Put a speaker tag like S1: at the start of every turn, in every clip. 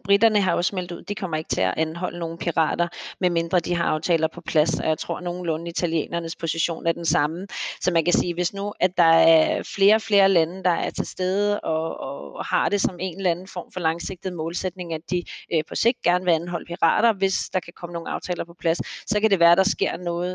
S1: Briterne har også meldt ud, de kommer ikke til at anholde nogen pirater, medmindre de har aftaler på plads, og jeg tror nogenlunde italienernes position er den samme. Så man kan sige, hvis nu, at der er flere og flere lande, der er til stede og har det som en eller anden form for langsigtet målsætning, at de på sigt gerne vil anholde pirater, hvis der kan komme nogle aftaler på plads, så kan det være, der sker noget.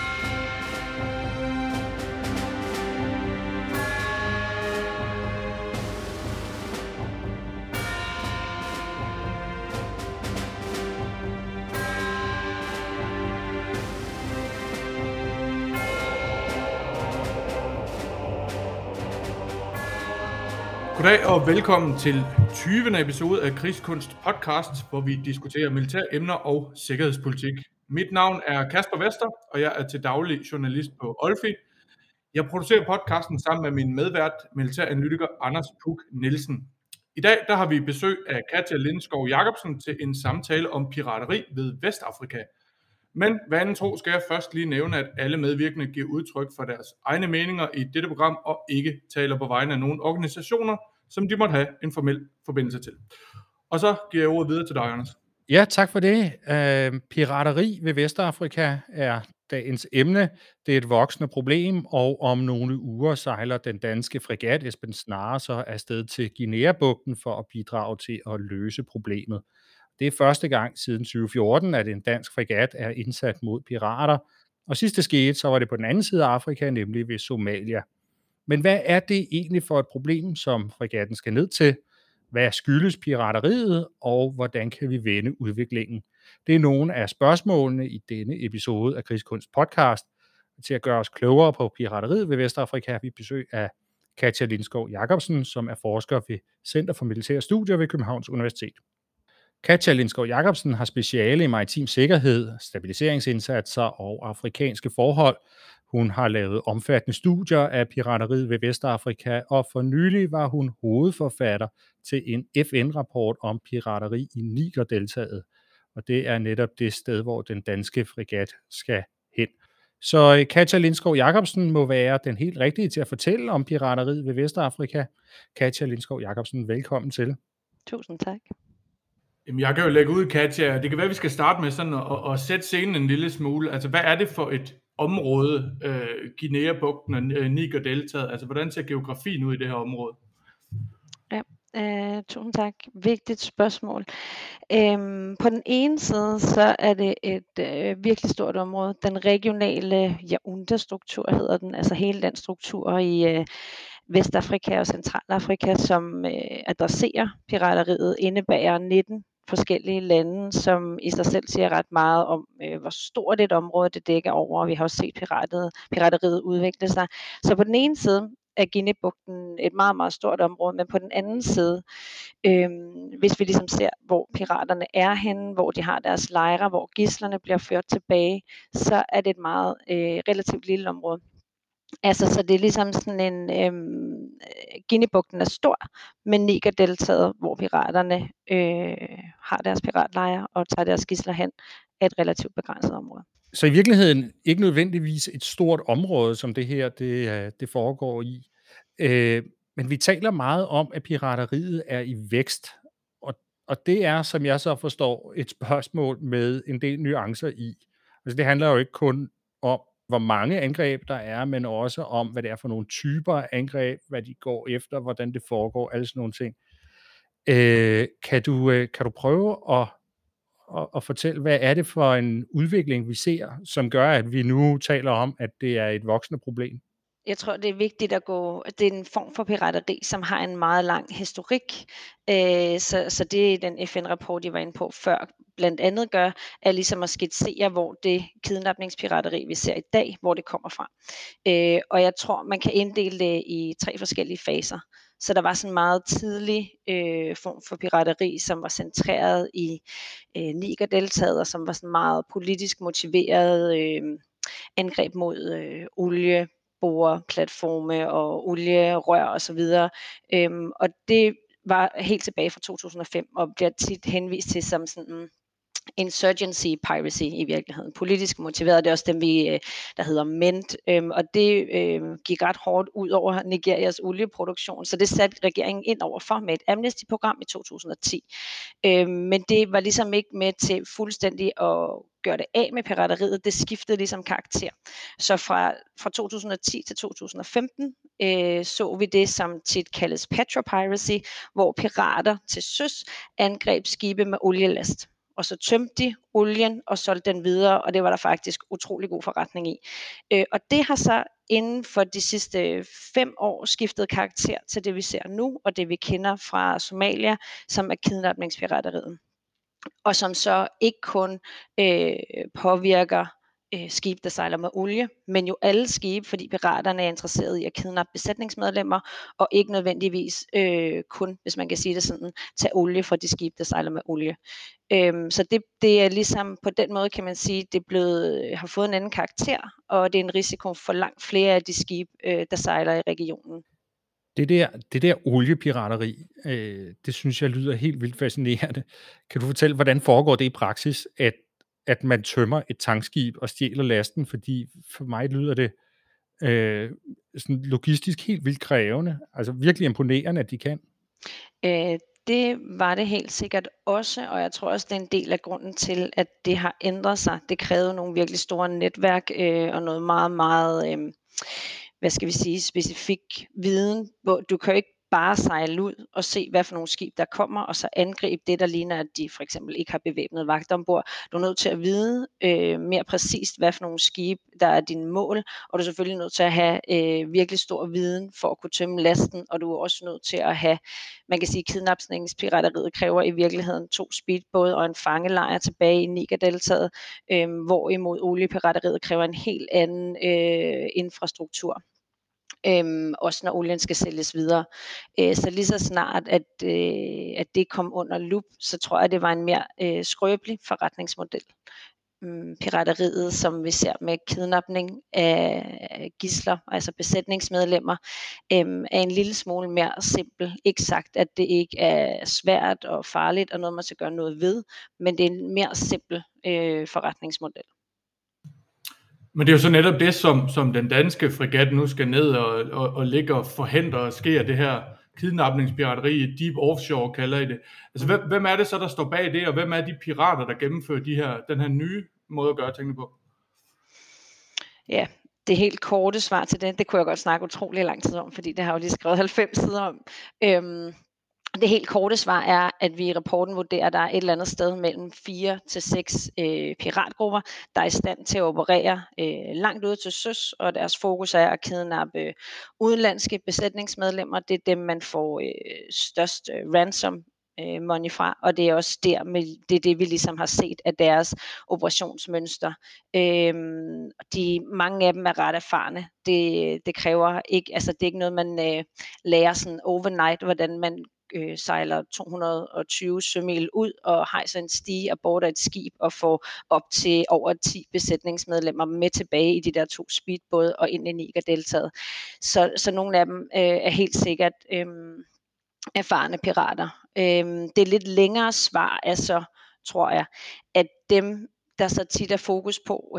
S2: Goddag og velkommen til 20. episode af Krigskunst podcast, hvor vi diskuterer militære emner og sikkerhedspolitik. Mit navn er Kasper Vester, og jeg er til daglig journalist på Olfi. Jeg producerer podcasten sammen med min medvært, militæranalytiker Anders Puk Nielsen. I dag der har vi besøg af Katja Lindskov Jacobsen til en samtale om pirateri ved Vestafrika. Men vanen tro skal jeg først lige nævne, at alle medvirkende giver udtryk for deres egne meninger i dette program og ikke taler på vegne af nogle organisationer, som de måtte have en formel forbindelse til. Og så giver jeg ordet videre til dig, Anders.
S3: Ja, tak for det. Pirateri ved Vestafrika er dagens emne. Det er et voksende problem, og om nogle uger sejler den danske fregat Esbern Snare så afsted til Guinea-bugten for at bidrage til at løse problemet. Det er første gang siden 2014, at en dansk fregat er indsat mod pirater, og sidst det skete, så var det på den anden side af Afrika, nemlig ved Somalia. Men hvad er det egentlig for et problem, som fregatten skal ned til? Hvad skyldes pirateriet, og hvordan kan vi vende udviklingen? Det er nogle af spørgsmålene i denne episode af Krigskunst podcast. Til at gøre os klogere på pirateriet ved Vestafrika har vi besøg af Katja Lindskov Jacobsen, som er forsker ved Center for Militære Studier ved Københavns Universitet. Katja Lindskov Jacobsen har speciale i maritim sikkerhed, stabiliseringsindsatser og afrikanske forhold. Hun har lavet omfattende studier af pirateriet ved Vestafrika, og for nylig var hun hovedforfatter til en FN-rapport om pirateri i Niger-deltaet. Og det er netop det sted, hvor den danske fregat skal hen. Så Katja Lindskov Jacobsen må være den helt rigtige til at fortælle om pirateriet ved Vestafrika. Katja Lindskov Jacobsen, velkommen til.
S1: Tusind tak.
S2: Jamen, jeg kan jo lægge ud, Katja. Det kan være, at vi skal starte med sådan at sætte scenen en lille smule. Altså, hvad er det for et område, Guinea-bugten og Niger-deltaet? Altså, hvordan ser geografien ud i det her område?
S1: Tusind tak. Vigtigt spørgsmål. På den ene side, så er det et virkelig stort område. Den regionale Yaoundé-struktur hedder den, altså hele den struktur i Vestafrika og Centralafrika, som adresserer pirateriet, indebærer 19 forskellige lande, som i sig selv siger ret meget om, hvor stort et område det dækker over, og vi har også set pirateriet udvikle sig. Så på den ene side er Guinea-bugten et meget, meget stort område, men på den anden side, hvis vi ligesom ser, hvor piraterne er henne, hvor de har deres lejre, hvor gidslerne bliver ført tilbage, så er det et meget relativt lille område. Altså, så det er ligesom sådan en, Guinea-bugten er stor, men Niger-deltaet, hvor piraterne har deres piratlejre og tager deres gidsler hen, er et relativt begrænset område.
S3: Så i virkeligheden ikke nødvendigvis et stort område, som det her det foregår i. Men vi taler meget om, at pirateriet er i vækst. Og det er, som jeg så forstår, et spørgsmål med en del nuancer i. Altså det handler jo ikke kun om, hvor mange angreb der er, men også om, hvad det er for nogle typer af angreb, hvad de går efter, hvordan det foregår, alle sådan nogle ting. Kan du prøve at fortælle, hvad er det for en udvikling, vi ser, som gør, at vi nu taler om, at det er et voksende problem?
S1: Jeg tror, det er vigtigt at gå. Det er en form for pirateri, som har en meget lang historik. Så det den FN-rapport, jeg var inde på før, blandt andet gør, er ligesom at skitsere, hvor det kidnapningspirateri, vi ser i dag, hvor det kommer fra. Og jeg tror, man kan inddele det i 3 forskellige faser. Så der var sådan en meget tidlig form for pirateri, som var centreret i Niger-deltaet, og som var sådan meget politisk motiveret angreb mod olie, boreplatforme og olierør og så videre. Og det var helt tilbage fra 2005 og bliver tit henvist til som sådan insurgency piracy i virkeligheden. Politisk motiveret, det er også dem, der hedder MENT, og det gik ret hårdt ud over Nigerias olieproduktion, så det satte regeringen ind overfor med et amnesty-program i 2010. Men det var ligesom ikke med til fuldstændig at gøre det af med pirateriet, det skiftede ligesom karakter. Så fra 2010 til 2015 så vi det, som tit kaldes petropiracy, hvor pirater til søs angreb skibe med olielast. Og så tømte de olien og solgte den videre, og det var der faktisk utrolig god forretning i. Og det har så inden for de sidste 5 år skiftet karakter til det, vi ser nu, og det vi kender fra Somalia, som er kidnapningspirateriet. Og som så ikke kun påvirker skibe, der sejler med olie, men jo alle skibe, fordi piraterne er interesserede i at kidnappe besætningsmedlemmer, og ikke nødvendigvis kun, hvis man kan sige det sådan, tage olie fra de skibe, der sejler med olie. Så det er ligesom, på den måde kan man sige, det har fået en anden karakter, og det er en risiko for langt flere af de skibe, der sejler i regionen.
S3: Det der oliepirateri, det synes jeg lyder helt vildt fascinerende. Kan du fortælle, hvordan foregår det i praksis, at man tømmer et tankskib og stjæler lasten? Fordi for mig lyder det sådan logistisk helt vildt krævende. Altså virkelig imponerende, at de kan.
S1: Det var det helt sikkert også, og jeg tror også, det er en del af grunden til, at det har ændret sig. Det krævede nogle virkelig store netværk og noget meget, meget specifik viden. Du kan jo ikke bare sejle ud og se, hvad for nogle skib der kommer, og så angribe det, der ligner, at de for eksempel ikke har bevæbnet vagt ombord. Du er nødt til at vide mere præcist, hvad for nogle skib, der er dine mål, og du er selvfølgelig nødt til at have virkelig stor viden for at kunne tømme lasten, og du er også nødt til at have, man kan sige, kidnapningspirateriet kræver i virkeligheden 2 speedbåde og en fangelejr tilbage i Niger-deltaet, hvorimod oliepirateriet kræver en helt anden infrastruktur. Også når olien skal sælges videre. Så lige så snart, at det kom under lup, så tror jeg, det var en mere skrøbelig forretningsmodel. Pirateriet, som vi ser med kidnapning af gidsler, altså besætningsmedlemmer, er en lille smule mere simpel. Ikke sagt, at det ikke er svært og farligt og noget, man skal gøre noget ved, men det er en mere simpel forretningsmodel.
S2: Men det er jo så netop det, som den danske fregat nu skal ned og ligge og forhindre og sker det her kidnapningspirateri, deep offshore kalder I det. Altså hvem er det så, der står bag det, og hvem er de pirater, der gennemfører den her nye måde at gøre tingene på?
S1: Ja, det helt korte svar til det kunne jeg godt snakke utrolig lang tid om, fordi det har jeg jo lige skrevet 90 sider om. Det helt korte svar er, at vi i rapporten vurderer, at der er et eller andet sted mellem 4 til 6 piratgrupper, der er i stand til at operere langt ude til søs, og deres fokus er at kidnappe udenlandske besætningsmedlemmer. Det er dem, man får størst ransom money fra, og det er også det vi ligesom har set af deres operationsmønster. Mange af dem er ret erfarne. Det kræver ikke, altså det er ikke noget, man lærer sådan overnight, hvordan man sejler 220 sømil ud og hejser en stige og border et skib og får op til over 10 besætningsmedlemmer med tilbage i de der 2 speedbåde og ind i Niger-deltaet. Så nogle af dem er helt sikkert erfarne pirater. Det lidt længere svar er så, tror jeg, at dem, der så tit er fokus på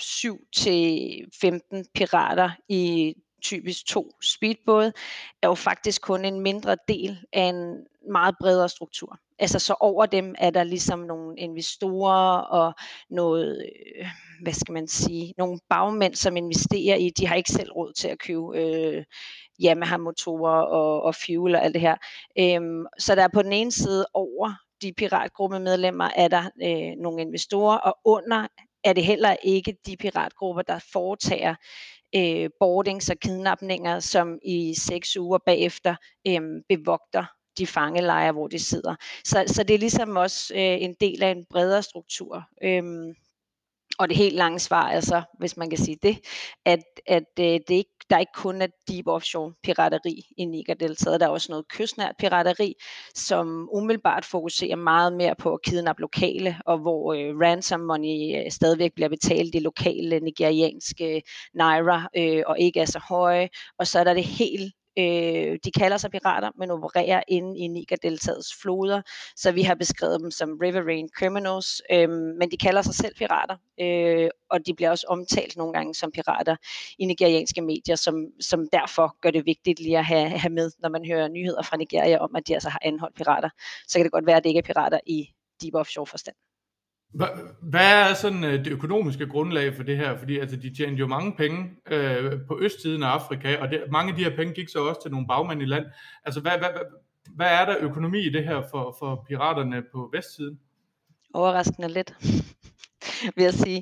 S1: 7-15 pirater i typisk 2 speedbåde, er jo faktisk kun en mindre del af en meget bredere struktur. Altså så over dem er der ligesom nogle investorer og noget, nogle bagmænd, som investerer i, de har ikke selv råd til at købe Yamaha-motorer og fuel og alt det her. Så der er på den ene side over de piratgruppemedlemmer, er der nogle investorer, og under er det heller ikke de piratgrupper, der foretager boardings og kidnapninger, som i 6 uger bagefter bevogter de fangelejre, hvor de sidder. Så det er ligesom også en del af en bredere struktur. Og det helt lange svar er så, hvis man kan sige det, at der ikke kun er deep offshore pirateri i Niger-deltaet. Der er også noget kystnært pirateri, som umiddelbart fokuserer meget mere på at kidnappe lokale, og hvor ransom money stadigvæk bliver betalt i lokale nigerianske naira, og ikke er så høje. Og så er der det helt De kalder sig pirater, men opererer inde i Niger-deltatets floder, så vi har beskrevet dem som riverine criminals, men de kalder sig selv pirater, og de bliver også omtalt nogle gange som pirater i nigerianske medier, som derfor gør det vigtigt lige at have med, når man hører nyheder fra Nigeria om, at de altså har anholdt pirater. Så kan det godt være, at det ikke er pirater i deep offshore forstand.
S2: Hvad er sådan det økonomiske grundlag for det her? Fordi altså, de tjente jo mange penge på østsiden af Afrika, og mange af de her penge gik så også til nogle bagmænd i land. Altså, hvad er der økonomi i det her for piraterne på vestsiden?
S1: Overraskende lidt, vil jeg sige.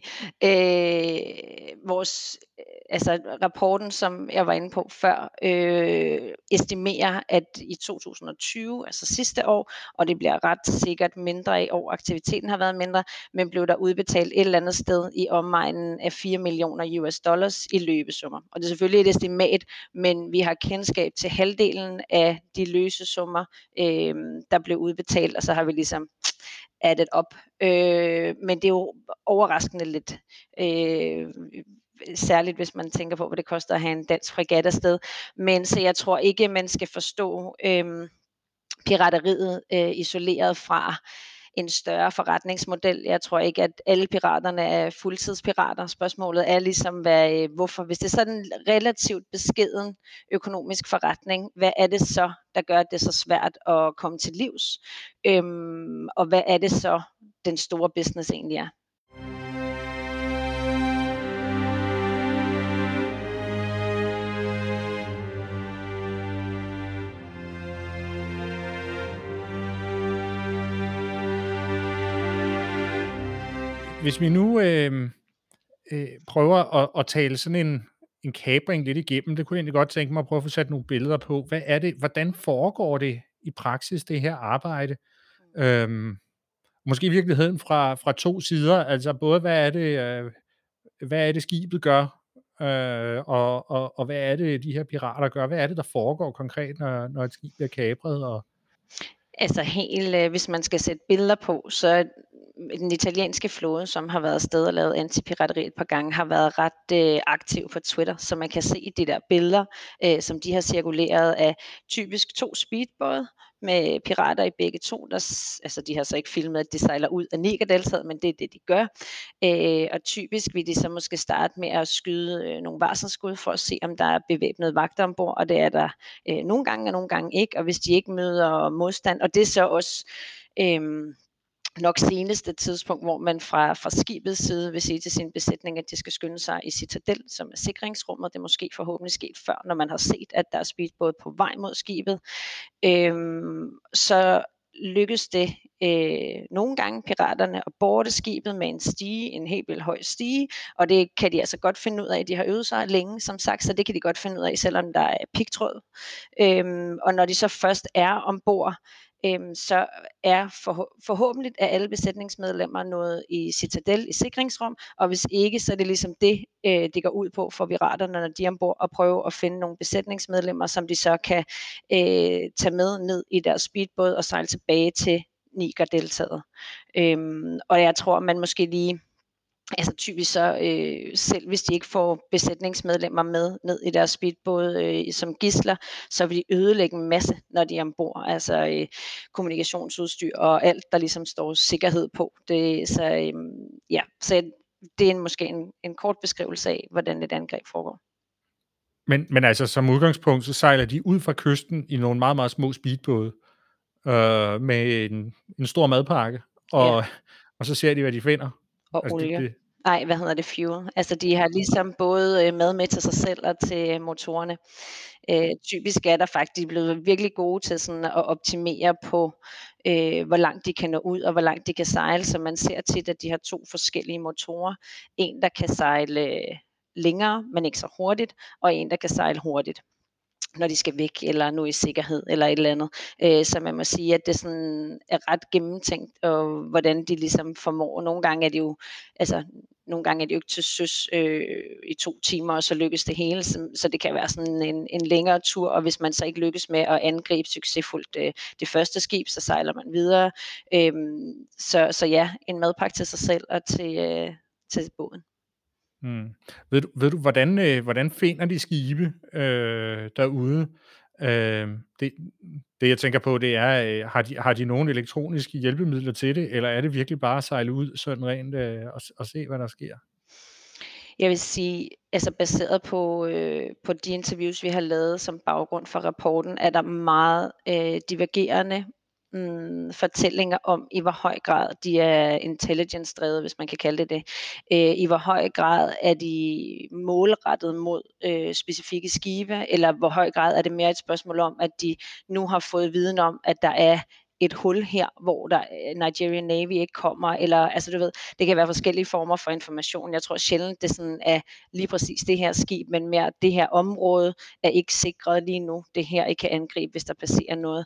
S1: Rapporten, som jeg var inde på før, estimerer, at i 2020, altså sidste år, og det bliver ret sikkert mindre i år, aktiviteten har været mindre, men blev der udbetalt et eller andet sted i omegnen af $4 millioner i løbesummer. Og det er selvfølgelig et estimat, men vi har kendskab til halvdelen af de løsesummer, der blev udbetalt, og så har vi ligesom addet op. Men det er jo overraskende lidt. Særligt hvis man tænker på, hvad det koster at have en dansk fregat afsted. Men så jeg tror ikke, man skal forstå pirateriet isoleret fra en større forretningsmodel. Jeg tror ikke, at alle piraterne er fuldtidspirater. Spørgsmålet er ligesom, hvorfor, hvis det er sådan en relativt beskeden økonomisk forretning, hvad er det så, der gør det så svært at komme til livs? Og hvad er det så, den store business egentlig er?
S3: Hvis vi nu prøver at tale sådan en kapring lidt igennem, det kunne jeg egentlig godt tænke mig at prøve at få sat nogle billeder på. Hvad er det, hvordan foregår det i praksis, det her arbejde? Måske i virkeligheden fra to sider, altså både hvad er det skibet gør, og hvad er det de her pirater gør? Hvad er det, der foregår konkret, når et skib bliver kapret?
S1: Altså hvis man skal sætte billeder på, så den italienske flåde, som har været afsted og lavet antipirateri et par gange, har været ret aktiv på Twitter, så man kan se de der billeder, som de har cirkuleret af typisk 2 speedbåde med pirater i begge to. De har så ikke filmet, at de sejler ud af Niger-deltaet, men det er det, de gør. Og typisk vil de så måske starte med at skyde nogle varselsskud for at se, om der er bevæbnede vagter ombord, og det er der nogle gange og nogle gange ikke. Og hvis de ikke møder modstand, og det er så også nok seneste tidspunkt, hvor man fra skibets side vil sige til sin besætning, at de skal skynde sig i Citadel, som er sikringsrummet. Det er måske forhåbentlig sket før, når man har set, at der er speedbåd på vej mod skibet. Så lykkes det nogle gange piraterne at boarde skibet med en stige, en helt vildt høj stige, og det kan de altså godt finde ud af. De har øvet sig længe, som sagt, så det kan de godt finde ud af, selvom der er pigtråd. Og når de så først er ombord, så er forhåbentlig er alle besætningsmedlemmer nået i Citadel i sikringsrum, og hvis ikke, så er det ligesom det går ud på for piraterne, når de er ombord, og prøve at finde nogle besætningsmedlemmer, som de så kan tage med ned i deres speedbåd og sejle tilbage til Niger-deltaet. Og jeg tror, man måske lige typisk så selv hvis de ikke får besætningsmedlemmer med ned i deres speedbåd som gidsler, så vil de ødelægge en masse, når de er ombord. Kommunikationsudstyr og alt, der ligesom står sikkerhed på. Så det er måske en kort beskrivelse af, hvordan et angreb foregår.
S3: Men altså som udgangspunkt, så sejler de ud fra kysten i nogle meget, meget små speedbåde med en stor madpakke, og så ser de, hvad de finder.
S1: Og olie. Fuel. De har ligesom både mad med til sig selv og til motorerne. Typisk er der faktisk blevet virkelig gode til sådan at optimere på, hvor langt de kan nå ud, og hvor langt de kan sejle. Så man ser tit, at de har 2 forskellige motorer. En, der kan sejle længere, men ikke så hurtigt, og en, der kan sejle hurtigt, når de skal væk, eller nu i sikkerhed, eller et eller andet. Så man må sige, at det sådan er ret gennemtænkt, og hvordan de ligesom formår. Nogle gange er det jo ikke til søs i 2 timer, og så lykkes det hele, så det kan være sådan en længere tur, og hvis man så ikke lykkes med at angribe succesfuldt det første skib, så sejler man videre. Så ja, en madpakke til sig selv og til båden.
S3: Ved du hvordan finder de skibe derude? Det jeg tænker på, det er, har de nogle elektroniske hjælpemidler til det, eller er det virkelig bare at sejle ud sådan rent og se, hvad der sker?
S1: Jeg vil sige, altså baseret på de interviews, vi har lavet som baggrund for rapporten, er der meget divergerende fortællinger om, i hvor høj grad de er intelligence-drevet, hvis man kan kalde det det. I hvor høj grad er de målrettet mod specifikke skibe, eller hvor høj grad er det mere et spørgsmål om, at de nu har fået viden om, at der er et hul her, hvor der Nigerian Navy ikke kommer, eller altså du ved, det kan være forskellige former for information. Jeg tror sjældent, det sådan er lige præcis det her skib, men mere det her område er ikke sikret lige nu. Det her ikke kan angribe, hvis der passerer noget.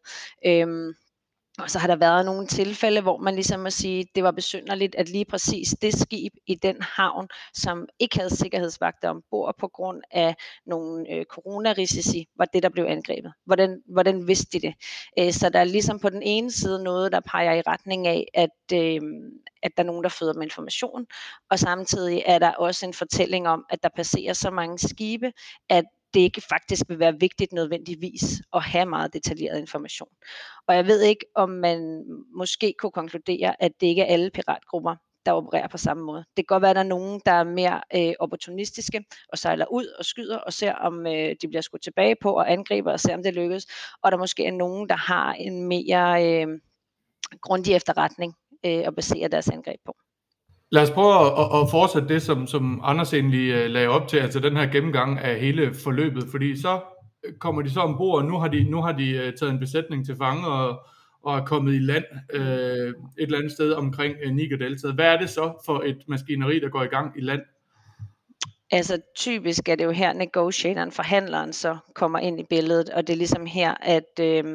S1: Og så har der været nogle tilfælde, hvor man ligesom må sige, det var besynderligt, at lige præcis det skib i den havn, som ikke havde sikkerhedsvagter ombord på grund af nogle coronarisici, var det, der blev angrebet. Hvordan vidste de det? Så der er ligesom på den ene side noget, der peger i retning af, at der er nogen, der føder med information, og samtidig er der også en fortælling om, at der passerer så mange skibe, at det ikke faktisk vil være vigtigt nødvendigvis at have meget detaljeret information. Og jeg ved ikke, om man måske kunne konkludere, at det ikke er alle piratgrupper, der opererer på samme måde. Det kan godt være, at der er nogen, der er mere opportunistiske og sejler ud og skyder og ser, om de bliver skudt tilbage på og angriber og ser, om det lykkes. Og der måske er nogen, der har en mere grundig efterretning at basere deres angreb på.
S2: Lad os prøve at fortsætte det, som Anders egentlig lagde op til, altså den her gennemgang af hele forløbet, fordi så kommer de så ombord, og nu har de taget en besætning til fange og er kommet i land et eller andet sted omkring Niger-deltaet. Hvad er det så for et maskineri, der går i gang i land?
S1: Altså typisk er det jo her negotiatoren, forhandleren, så kommer ind i billedet, og det er ligesom her, at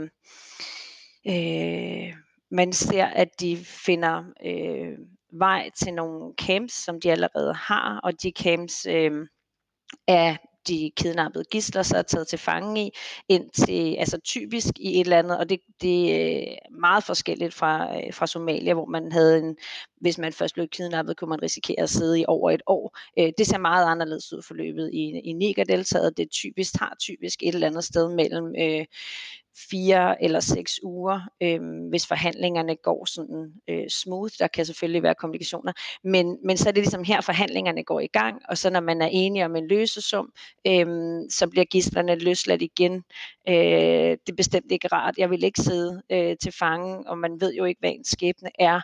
S1: man ser, at de finder vej til nogle camps, som de allerede har, og de camps er de kidnappede gidsler så er taget til fange i, indtil, altså typisk i et eller andet, og det er meget forskelligt fra Somalia, hvor man havde hvis man først blev kidnappet, kunne man risikere at sidde i over et år. Det ser meget anderledes ud forløbet i Niger-deltaet. Det tager typisk et eller andet sted mellem 4 eller 6 uger, hvis forhandlingerne går sådan smooth. Der kan selvfølgelig være komplikationer, men så er det ligesom her forhandlingerne går i gang, og så når man er enige om en løsesum, så bliver gidslerne løsladt igen. Det er bestemt ikke rart. Jeg vil ikke sidde til fange, og man ved jo ikke, hvad ens skæbne er,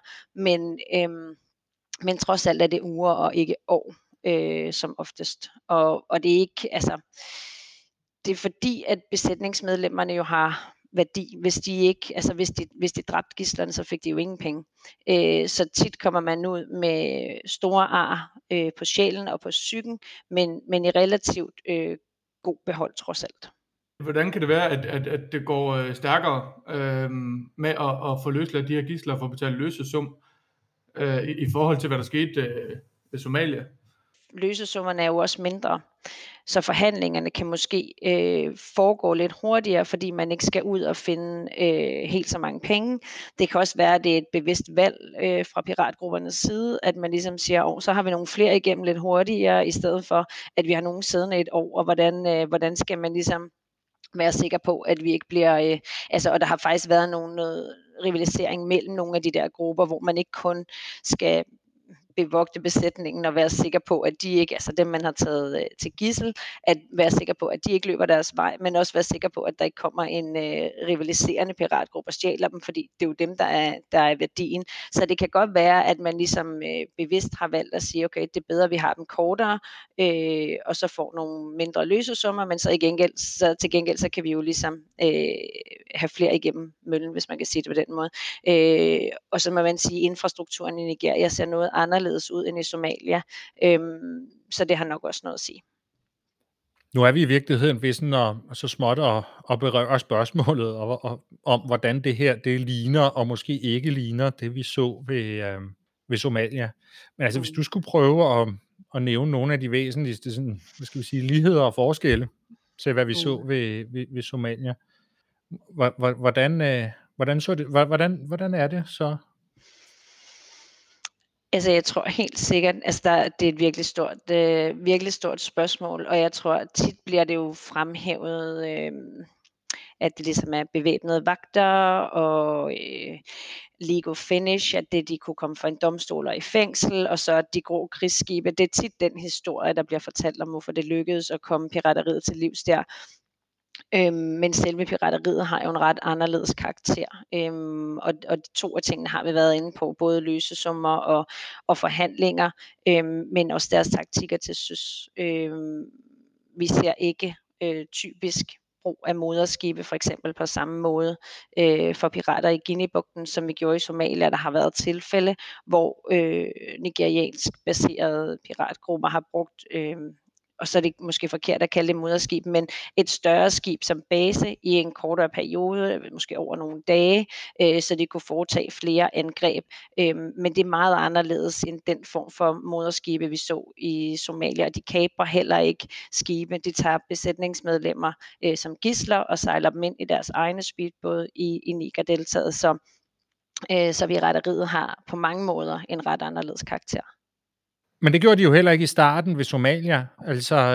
S1: men trods alt er det uger og ikke år, som oftest. Og det er ikke, altså det er fordi, at besætningsmedlemmerne jo har værdi. Hvis de dræbte gidslerne, så fik de jo ingen penge. Så tit kommer man ud med store ar på sjælen og på psyken, men i relativt god behold trods alt.
S2: Hvordan kan det være, at det går stærkere med at få løsladt de her gidsler for at betale løsesum i forhold til, hvad der skete ved Somalia?
S1: Løsesummerne er jo også mindre, så forhandlingerne kan måske foregå lidt hurtigere, fordi man ikke skal ud og finde helt så mange penge. Det kan også være, at det er et bevidst valg fra piratgruppernes side, at man ligesom siger, så har vi nogle flere igennem lidt hurtigere, i stedet for, at vi har nogen siddende et år, og hvordan skal man ligesom være sikker på, at vi ikke bliver, og der har faktisk været noget rivalisering mellem nogle af de der grupper, hvor man ikke kun skal bevogte besætningen og være sikker på, at de ikke, altså dem man har taget til gidsel, at være sikker på, at de ikke løber deres vej, men også være sikker på, at der ikke kommer en rivaliserende piratgruppe og stjæler dem, fordi det er jo dem, der er værdien. Så det kan godt være, at man ligesom bevidst har valgt at sige, okay, det er bedre, at vi har dem kortere, og så får nogle mindre løsesummer, men så til gengæld, så kan vi jo ligesom have flere igennem møllen, hvis man kan sige det på den måde. Og så må man sige, at infrastrukturen i Nigeria ser noget anderledes ud end i Somalia, så det har nok også noget at sige.
S3: Nu er vi i virkeligheden ved sådan så småt at berøre spørgsmålet om, hvordan det her det ligner og måske ikke ligner det, vi så ved Somalia. Men altså, hvis du skulle prøve at nævne nogle af de væsentligste sådan, hvad skal vi sige, ligheder og forskelle til, hvad vi så ved Somalia, hvordan så det? Hvordan er det så?
S1: Altså jeg tror helt sikkert, det er et virkelig stort spørgsmål, og jeg tror tit bliver det jo fremhævet, at det ligesom er bevæbnede vagter og legal finish, at det de kunne komme fra en domstol og i fængsel, og så de grå krigsskibe. Det er tit den historie, der bliver fortalt om, hvorfor det lykkedes at komme pirateriet til livs der. Men selve pirateriet har jo en ret anderledes karakter. Og de to af tingene har vi været inde på, både løsesummer og forhandlinger, men også deres taktikker til søs. Vi ser ikke typisk brug af moderskibe for eksempel på samme måde for pirater i Guinea-bugten, som vi gjorde i Somalia. Der har været tilfælde, hvor nigeriansk baserede piratgrupper har brugt og så er det måske forkert at kalde det moderskib, men et større skib som base i en kortere periode, måske over nogle dage, så de kunne foretage flere angreb. Men det er meget anderledes end den form for moderskibe, vi så i Somalia. De kaprer heller ikke skibe. De tager besætningsmedlemmer som gidsler og sejler dem ind i deres egne speedbåde i Niger-deltaet. Så pirateriet har på mange måder en ret anderledes karakter.
S3: Men det gjorde de jo heller ikke i starten ved Somalia. Altså,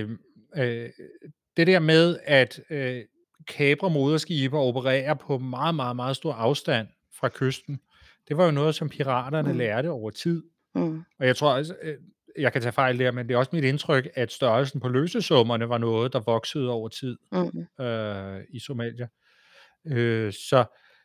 S3: det der med at kapre moderskibe og operere på meget, meget, meget stor afstand fra kysten, det var jo noget, som piraterne lærte over tid. Og jeg tror også, jeg kan tage fejl der, men det er også mit indtryk, at størrelsen på løsesummerne var noget, der voksede over tid i Somalia. Så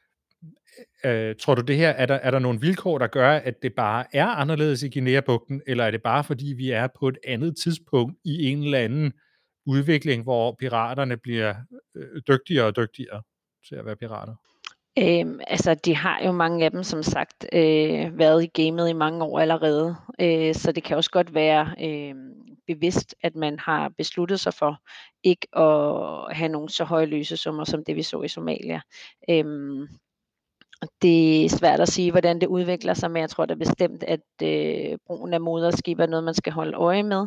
S3: tror du det her, er der nogle vilkår, der gør, at det bare er anderledes i Guinea-bugten, eller er det bare fordi, vi er på et andet tidspunkt i en eller anden udvikling, hvor piraterne bliver dygtigere og dygtigere til at være pirater?
S1: Altså, de har jo mange af dem, som sagt, været i gamet i mange år allerede, så det kan også godt være bevidst, at man har besluttet sig for ikke at have nogle så høje løsesummer, som det vi så i Somalia. Det er svært at sige, hvordan det udvikler sig, men jeg tror da bestemt, at brugen af moderskib er noget, man skal holde øje med.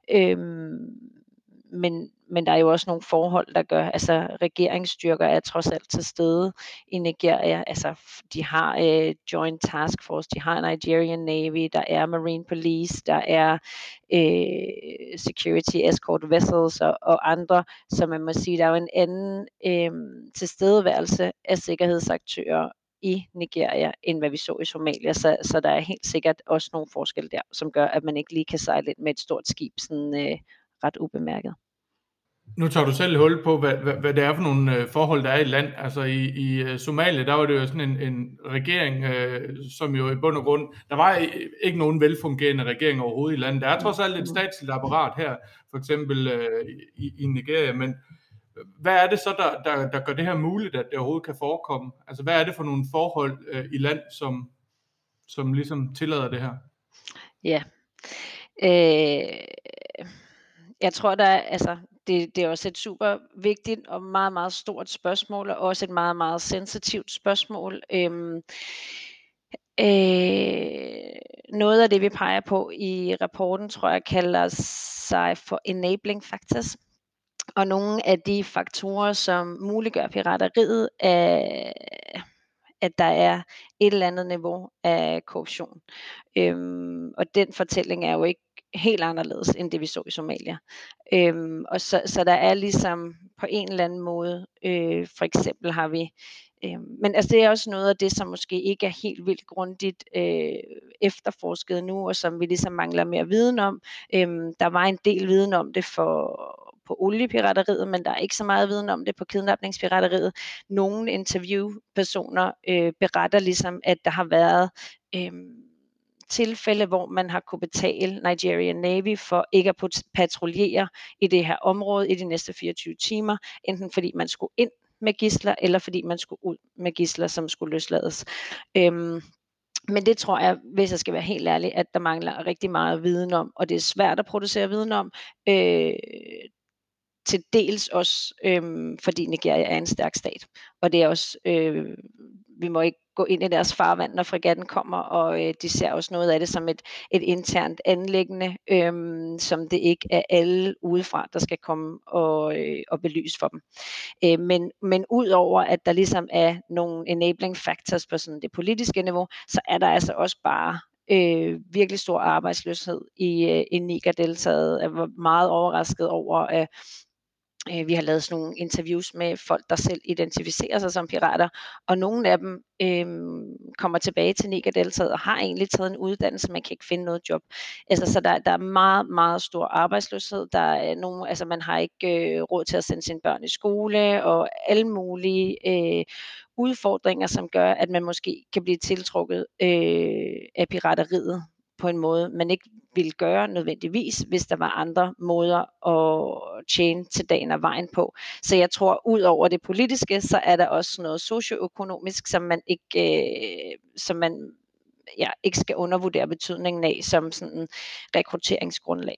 S1: Men der er jo også nogle forhold, der gør, altså regeringsstyrker er trods alt til stede i Nigeria. Altså de har Joint Task Force, de har Nigerian Navy, der er Marine Police, der er Security Escort Vessels og andre, så man må sige, der er jo en anden tilstedeværelse af sikkerhedsaktører i Nigeria, end hvad vi så i Somalia, så der er helt sikkert også nogle forskelle der, som gør, at man ikke lige kan sejle ind med et stort skib sådan ret ubemærket.
S2: Nu tager du selv hul på, hvad det er for nogle forhold, der er i land. Altså i Somalia, der var det jo sådan en regering, som jo i bund og grund, der var ikke nogen velfungerende regering overhovedet i landet. Der er trods alt et statsligt apparat her, for eksempel i Nigeria, men hvad er det så, der gør det her muligt, at det overhovedet kan forekomme? Altså hvad er det for nogle forhold i land, som ligesom tillader det her?
S1: Ja. Jeg tror, det er også et super vigtigt og meget, meget stort spørgsmål, og også et meget, meget sensitivt spørgsmål. Noget af det, vi peger på i rapporten, tror jeg, kalder sig for enabling factors. Og nogle af de faktorer, som muliggør pirateriet, er, at der er et eller andet niveau af korruption. Og den fortælling er jo ikke helt anderledes end det vi så i Somalia. Og så der er ligesom på en eller anden måde, for eksempel har vi, men altså det er også noget af det, som måske ikke er helt vildt grundigt efterforsket nu, og som vi ligesom mangler mere viden om. Der var en del viden om det på oliepirateriet, men der er ikke så meget viden om det på kidnapningspirateriet. Nogle interviewpersoner beretter ligesom, at der har været tilfælde, hvor man har kunne betale Nigerian Navy for ikke at patruljere i det her område i de næste 24 timer, enten fordi man skulle ind med gidsler, eller fordi man skulle ud med gidsler, som skulle løslades. Men det tror jeg, hvis jeg skal være helt ærlig, at der mangler rigtig meget viden om, og det er svært at producere viden om, til dels også, fordi Nigeria er en stærk stat, og det er også, vi må ikke gå ind i deres farvand, når fregatten kommer, og de ser også noget af det som et internt anliggende, som det ikke er alle udefra, der skal komme og belyse for dem. Men udover at der ligesom er nogle enabling factors på sådan det politiske niveau, så er der altså også bare virkelig stor arbejdsløshed i Niger-deltaet. Jeg var meget overrasket over, Vi har lavet sådan nogle interviews med folk, der selv identificerer sig som pirater, og nogle af dem kommer tilbage til Niger-deltaet og har egentlig taget en uddannelse, men kan ikke finde noget job. Altså, så der er meget, meget stor arbejdsløshed. Der er nogle, altså man har ikke råd til at sende sine børn i skole, og alle mulige udfordringer, som gør, at man måske kan blive tiltrukket af pirateriet på en måde, man ikke ville gøre nødvendigvis, hvis der var andre måder at tjene til dagen og vejen på. Så jeg tror, ud over det politiske, så er der også noget socioøkonomisk, som man ikke skal undervurdere betydningen af som sådan en rekrutteringsgrundlag.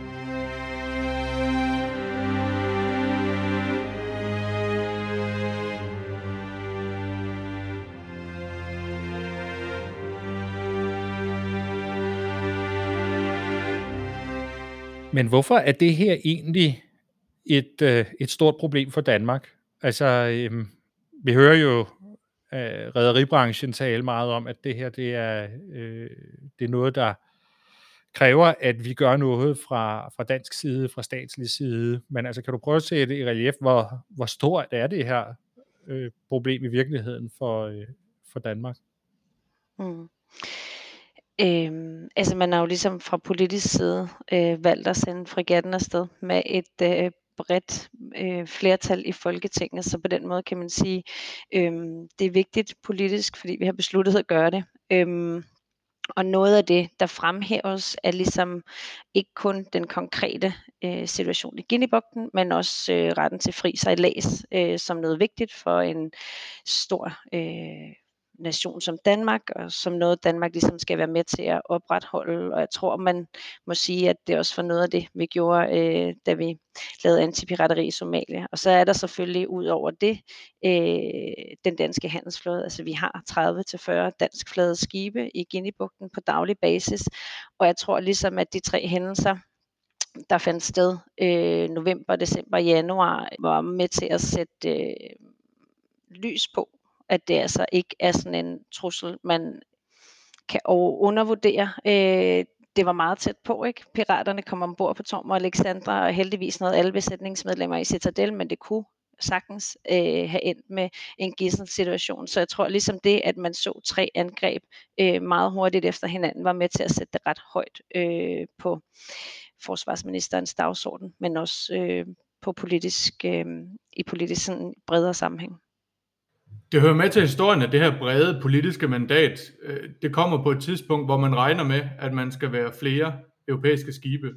S3: Men hvorfor er det her egentlig et stort problem for Danmark? Altså, vi hører jo rederibranchen tale meget om, at det her det er noget, der kræver, at vi gør noget fra dansk side, fra statslig side. Men altså, kan du prøve at sætte i relief, hvor stort er det her problem i virkeligheden for Danmark?
S1: Altså man har jo ligesom fra politisk side valgt at sende fregatten afsted med et bredt flertal i Folketinget, så på den måde kan man sige, det er vigtigt politisk, fordi vi har besluttet at gøre det. Og noget af det, der fremhæves, er ligesom ikke kun den konkrete situation i Guinea-bugten, men også retten til fri sejlads som noget vigtigt for en stor nation som Danmark, og som noget Danmark ligesom skal være med til at opretholde. Og jeg tror, man må sige, at det er også for noget af det, vi gjorde, da vi lavede antipirateri i Somalia. Og så er der selvfølgelig ud over det den danske handelsflåde. Altså vi har 30-40 danskflagede skibe i Guinea-bugten på daglig basis. Og jeg tror ligesom, at de 3 hændelser, der fandt sted november, december, januar, var med til at sætte lys på, at det altså ikke er sådan en trussel, man kan undervurdere. Det var meget tæt på, ikke? Piraterne kom ombord på Tom og Alexandra, og heldigvis nåede alle besætningsmedlemmer i Citadel, men det kunne sagtens have endt med en gidselsituation. Så jeg tror ligesom det, at man så 3 angreb meget hurtigt efter hinanden, var med til at sætte det ret højt på forsvarsministerens dagsorden, men også i politisk sådan bredere sammenhæng.
S2: Det hører med til historien, at det her brede politiske mandat, det kommer på et tidspunkt, hvor man regner med, at man skal være flere europæiske skibe.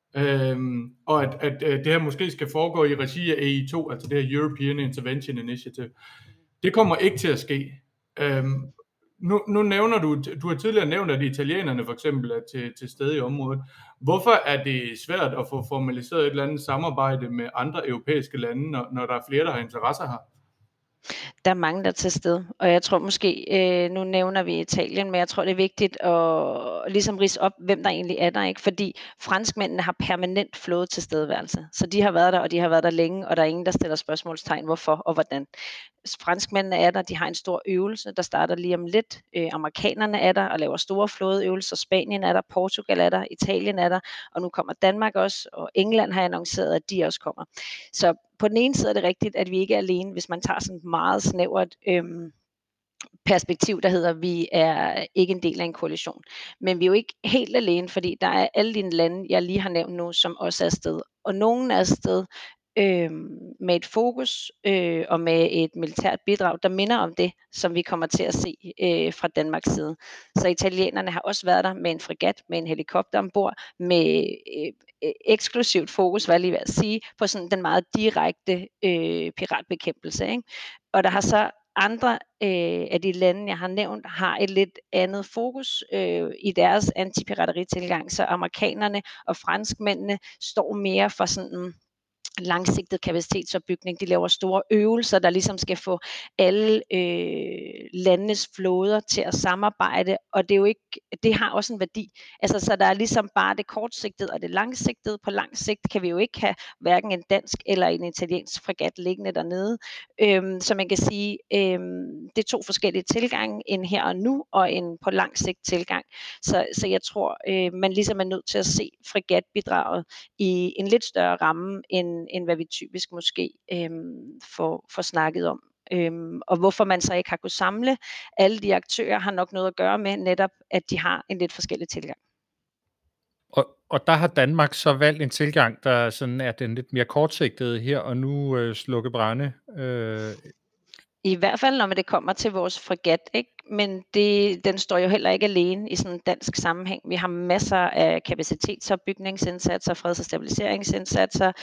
S2: Og at det her måske skal foregå i regi af EI2, altså det her European Intervention Initiative. Det kommer ikke til at ske. Nu nævner du har tidligere nævnt, at italienerne for eksempel er til stede i området. Hvorfor er det svært at få formaliseret et eller andet samarbejde med andre europæiske lande, når der er flere, der har interesser her?
S1: Der er mange, der er til stede, og jeg tror måske, nu nævner vi Italien, men jeg tror, det er vigtigt at ligesom ridse op, hvem der egentlig er der, ikke? Fordi franskmændene har permanent flåde tilstedeværelse, så de har været der, og de har været der længe, og der er ingen, der stiller spørgsmålstegn, hvorfor og hvordan. Franskmændene er der, de har en stor øvelse, der starter lige om lidt. Amerikanerne er der og laver store flådeøvelser, Spanien er der, Portugal er der, Italien er der, og nu kommer Danmark også, og England har annonceret, at de også kommer. Så på den ene side er det rigtigt, at vi ikke er alene, hvis man tager sådan et meget snævert perspektiv, der hedder, at vi er ikke en del af en koalition. Men vi er jo ikke helt alene, fordi der er alle de lande, jeg lige har nævnt nu, som også er afsted. Og nogen er afsted med et fokus og med et militært bidrag, der minder om det, som vi kommer til at se fra Danmarks side. Så italienerne har også været der med en fregat, med en helikopter ombord, med eksklusivt fokus, hvad jeg lige vil sige, på sådan den meget direkte piratbekæmpelse, ikke? Og der har så andre af de lande, jeg har nævnt, har et lidt andet fokus i deres antipirateritilgang, så amerikanerne og franskmændene står mere for sådan langsigtet kapacitetsopbygning. De laver store øvelser, der ligesom skal få alle landenes flåder til at samarbejde, og det er jo ikke, det har også en værdi. Altså, så der er ligesom bare det kortsigtede og det langsigtede. På lang sigt kan vi jo ikke have hverken en dansk eller en italiensk fregat liggende dernede. Så man kan sige, det er 2 forskellige tilgange, en her og nu, og en på lang sigt tilgang. Så jeg tror, man ligesom er nødt til at se fregatbidraget i en lidt større ramme, end end hvad vi typisk måske får snakket om. Og hvorfor man så ikke har kunnet samle alle de aktører, har nok noget at gøre med netop, at de har en lidt forskellig tilgang.
S3: Og der har Danmark så valgt en tilgang, der sådan er den lidt mere kortsigtede her og nu slukke brande.
S1: I hvert fald, når det kommer til vores fregat, ikke? Men den står jo heller ikke alene i sådan en dansk sammenhæng. Vi har masser af kapacitetsopbygningsindsatser, freds- og stabiliseringsindsatser.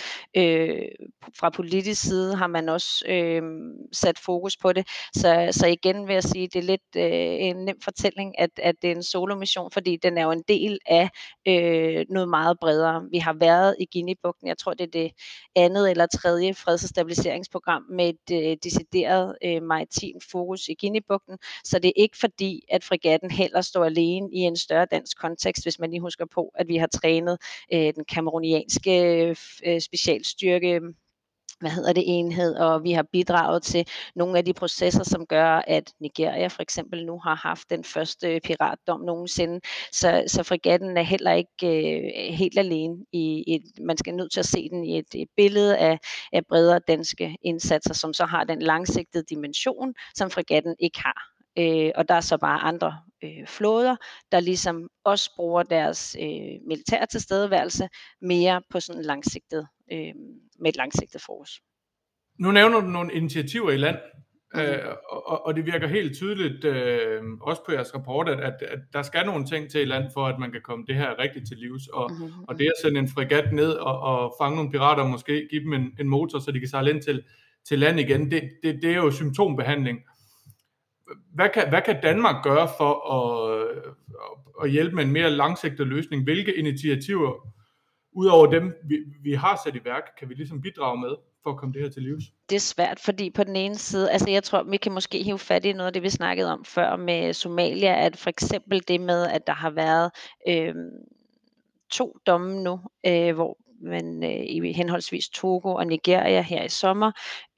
S1: Fra politisk side har man også sat fokus på det. Så igen vil jeg sige, det er lidt en nem fortælling, at det er en solomission, fordi den er jo en del af noget meget bredere. Vi har været i Guinea-bugten, jeg tror det er det andet eller tredje freds- og stabiliseringsprogram med et decideret maritim fokus i Guinea-bugten, så det er ikke fordi, at fregatten heller står alene i en større dansk kontekst, hvis man lige husker på, at vi har trænet den kamerunianske specialstyrke enhed, og vi har bidraget til nogle af de processer, som gør, at Nigeria for eksempel nu har haft den første piratdom nogensinde. Så fregatten er heller ikke helt alene. Man skal nødt til at se den i et billede af bredere danske indsatser, som så har den langsigtede dimension, som fregatten ikke har. Og der er så bare andre flåder, der ligesom også bruger deres militære tilstedeværelse mere på sådan langsigtet med et langsigtet fokus.
S2: Nu nævner du nogle initiativer i land, og det virker helt tydeligt, også på jeres rapport, at der skal nogle ting til i land, for at man kan komme det her rigtigt til livs. Og det at sende en fregat ned og fange nogle pirater, og måske give dem en motor, så de kan sejle ind til land igen, det er jo symptombehandling. Hvad kan Danmark gøre for at hjælpe med en mere langsigtet løsning? Hvilke initiativer, udover dem, vi har sat i værk, kan vi ligesom bidrage med for at komme det her til livs?
S1: Det er svært, fordi på den ene side, altså jeg tror, vi kan måske hive fat i noget af det, vi snakkede om før med Somalia, at for eksempel det med, at der har været 2 domme nu, hvor man i henholdsvis Togo og Nigeria her i sommer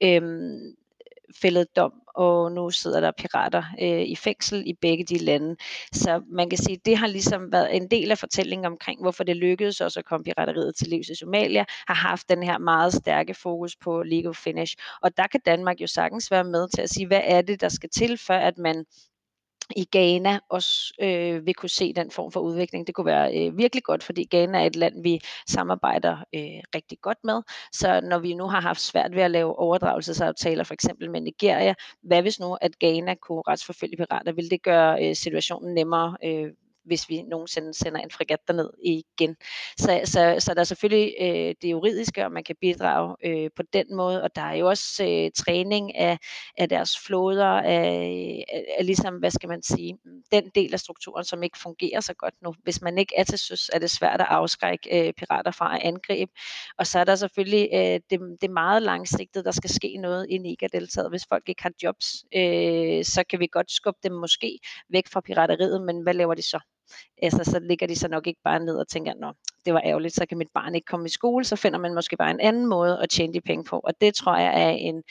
S1: fældet dom, og nu sidder der pirater i fængsel i begge de lande. Så man kan sige, at det har ligesom været en del af fortællingen omkring, hvorfor det lykkedes også at komme pirateriet til livs i Somalia, har haft den her meget stærke fokus på legal finish. Og der kan Danmark jo sagtens være med til at sige, hvad er det, der skal til, for at man i Ghana også vil kunne se den form for udvikling. Det kunne være virkelig godt, fordi Ghana er et land, vi samarbejder rigtig godt med. Så når vi nu har haft svært ved at lave overdragelsesaftaler, for eksempel med Nigeria, hvad hvis nu, at Ghana kunne retsforfølge pirater? Vil det gøre situationen nemmere, hvis vi nogensinde sender en fregat derned igen. Så der er selvfølgelig det juridiske, og man kan bidrage på den måde, og der er jo også træning af deres flåder, af ligesom, hvad skal man sige, den del af strukturen, som ikke fungerer så godt nu. Hvis man ikke er til søs, er det svært at afskrække pirater fra at angribe. Og så er der selvfølgelig det meget langsigtede, der skal ske noget i Niger-deltaet. Hvis folk ikke har jobs, så kan vi godt skubbe dem måske væk fra pirateriet, men hvad laver de så? Altså, så ligger de så nok ikke bare ned og tænker, nå, det var ærgerligt, så kan mit barn ikke komme i skole, så finder man måske bare en anden måde at tjene de penge på, og det tror jeg er en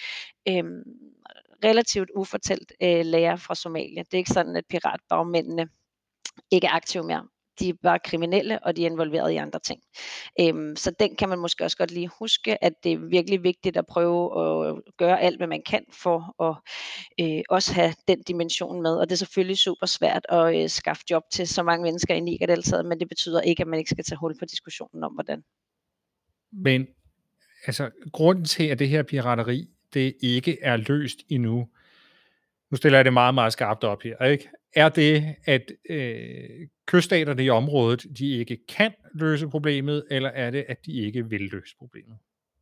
S1: relativt ufortalt lære fra Somalia. Det er ikke sådan, at piratbagmændene ikke er aktive mere. De er bare kriminelle, og de er involveret i andre ting. Så den kan man måske også godt lige huske, at det er virkelig vigtigt at prøve at gøre alt, hvad man kan for at også have den dimension med. Og det er selvfølgelig super svært at skaffe job til så mange mennesker i Niger-deltaet, men det betyder ikke, at man ikke skal tage hul på diskussionen om, hvordan.
S3: Men altså, grunden til, at det her pirateri, det ikke er løst endnu, nu stiller jeg det meget, meget skarpt op her, ikke? Er det, at kyststaterne i området, de ikke kan løse problemet, eller er det, at de ikke vil løse problemet?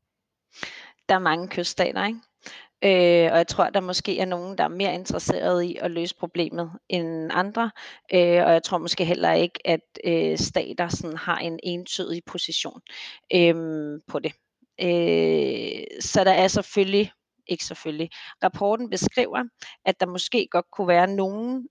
S1: Der er mange kyststater, ikke? Og jeg tror, der måske er nogen, der er mere interesserede i at løse problemet end andre. Og jeg tror måske heller ikke, at stater sådan har en entydig position på det. Så der er selvfølgelig. Rapporten beskriver, at der måske godt kunne være nogen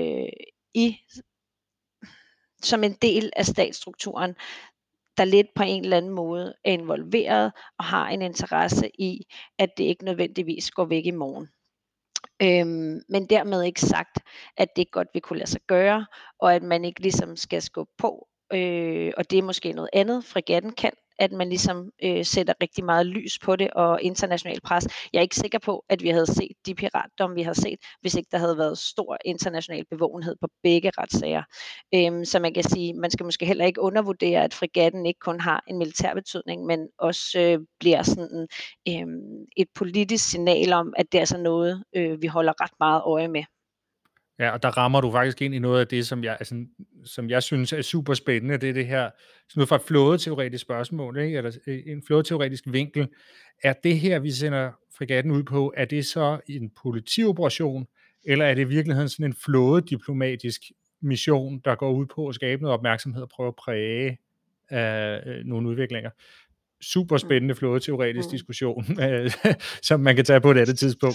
S1: som en del af statsstrukturen, der lidt på en eller anden måde er involveret og har en interesse i, at det ikke nødvendigvis går væk i morgen. Men dermed ikke sagt, at det godt vil kunne lade sig gøre, og at man ikke ligesom skal skubbe på, og det er måske noget andet, fregatten kan, at man ligesom sætter rigtig meget lys på det og international pres. Jeg er ikke sikker på, at vi havde set de piratdomme, vi har set, hvis ikke der havde været stor international bevågenhed på begge retssager. Så man kan sige, man skal måske heller ikke undervurdere, at fregatten ikke kun har en militær betydning, men også bliver sådan et politisk signal om, at det er altså noget, vi holder ret meget øje med.
S3: Ja, og der rammer du faktisk ind i noget af det, som jeg synes er super spændende. Det er det her, sådan noget fra et flådeteoretisk spørgsmål, ikke? Eller en flådeteoretisk vinkel. Er det her, vi sender fregatten ud på, er det så en politioperation, eller er det i virkeligheden sådan en flådediplomatisk mission, der går ud på at skabe noget opmærksomhed og prøve at præge nogle udviklinger? Super spændende flådeteoretisk diskussion, som man kan tage på et andet tidspunkt.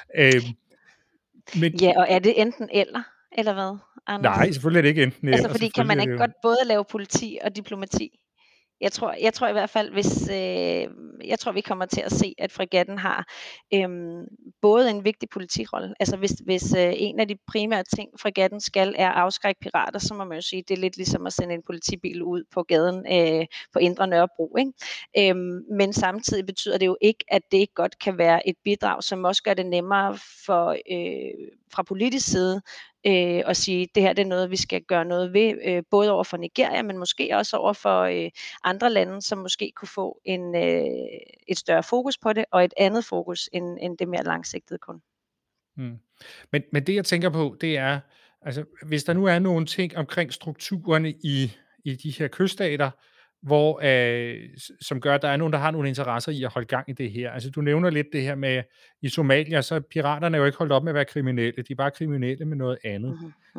S1: Men ja, og er det enten eller hvad, Anders?
S3: Nej, selvfølgelig er det ikke enten eller.
S1: Altså, fordi kan man ikke godt både lave politi og diplomati? Jeg tror i hvert fald, jeg tror, vi kommer til at se, at fregatten har både en vigtig politirolle. Altså hvis en af de primære ting, fregatten skal, er at afskrække pirater, så må man jo sige, det er lidt ligesom at sende en politibil ud på gaden på Indre Nørrebro, ikke? Men samtidig betyder det jo ikke, at det ikke godt kan være et bidrag, som også gør det nemmere for fra politisk side og sige, det her det er noget, vi skal gøre noget ved, både over for Nigeria, men måske også over for andre lande, som måske kunne få et større fokus på det, og et andet fokus end det mere langsigtede kun.
S3: Men det, jeg tænker på, det er, altså, hvis der nu er nogle ting omkring strukturerne i de her kyststater, hvor, som gør, at der er nogen, der har nogle interesser i at holde gang i det her. Altså, du nævner lidt det her med, i Somalia, så er piraterne jo ikke holdt op med at være kriminelle, de er bare kriminelle med noget andet.